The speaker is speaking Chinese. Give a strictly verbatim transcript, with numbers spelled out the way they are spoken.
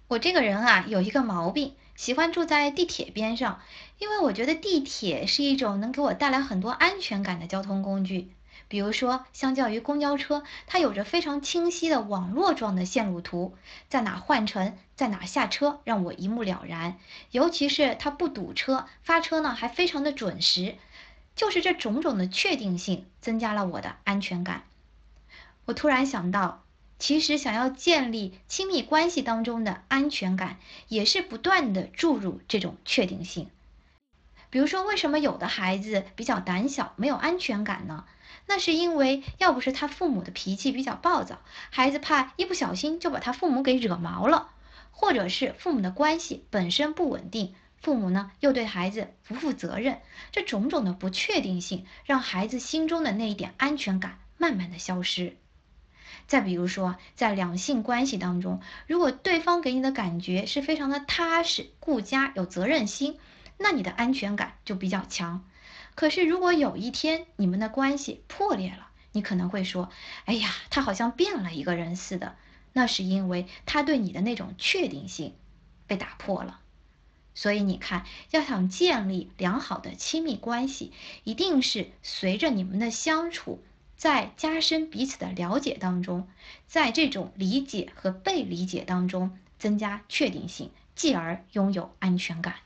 我这个人啊，有一个毛病，喜欢住在地铁边上，因为我觉得地铁是一种能给我带来很多安全感的交通工具。比如说，相较于公交车，它有着非常清晰的网络状的线路图，在哪换乘，在哪下车，让我一目了然。尤其是它不堵车，发车呢还非常的准时，就是这种种的确定性，增加了我的安全感。我突然想到，其实想要建立亲密关系当中的安全感，也是不断的注入这种确定性。比如说，为什么有的孩子比较胆小，没有安全感呢？那是因为要不是他父母的脾气比较暴躁，孩子怕一不小心就把他父母给惹毛了，或者是父母的关系本身不稳定，父母呢又对孩子不负责任，这种种的不确定性，让孩子心中的那一点安全感慢慢的消失。再比如说，在两性关系当中，如果对方给你的感觉是非常的踏实、顾家、有责任心，那你的安全感就比较强。可是如果有一天你们的关系破裂了，你可能会说：“哎呀，他好像变了一个人似的。”那是因为他对你的那种确定性被打破了。所以你看，要想建立良好的亲密关系，一定是随着你们的相处，在加深彼此的了解当中，在这种理解和被理解当中增加确定性，继而拥有安全感。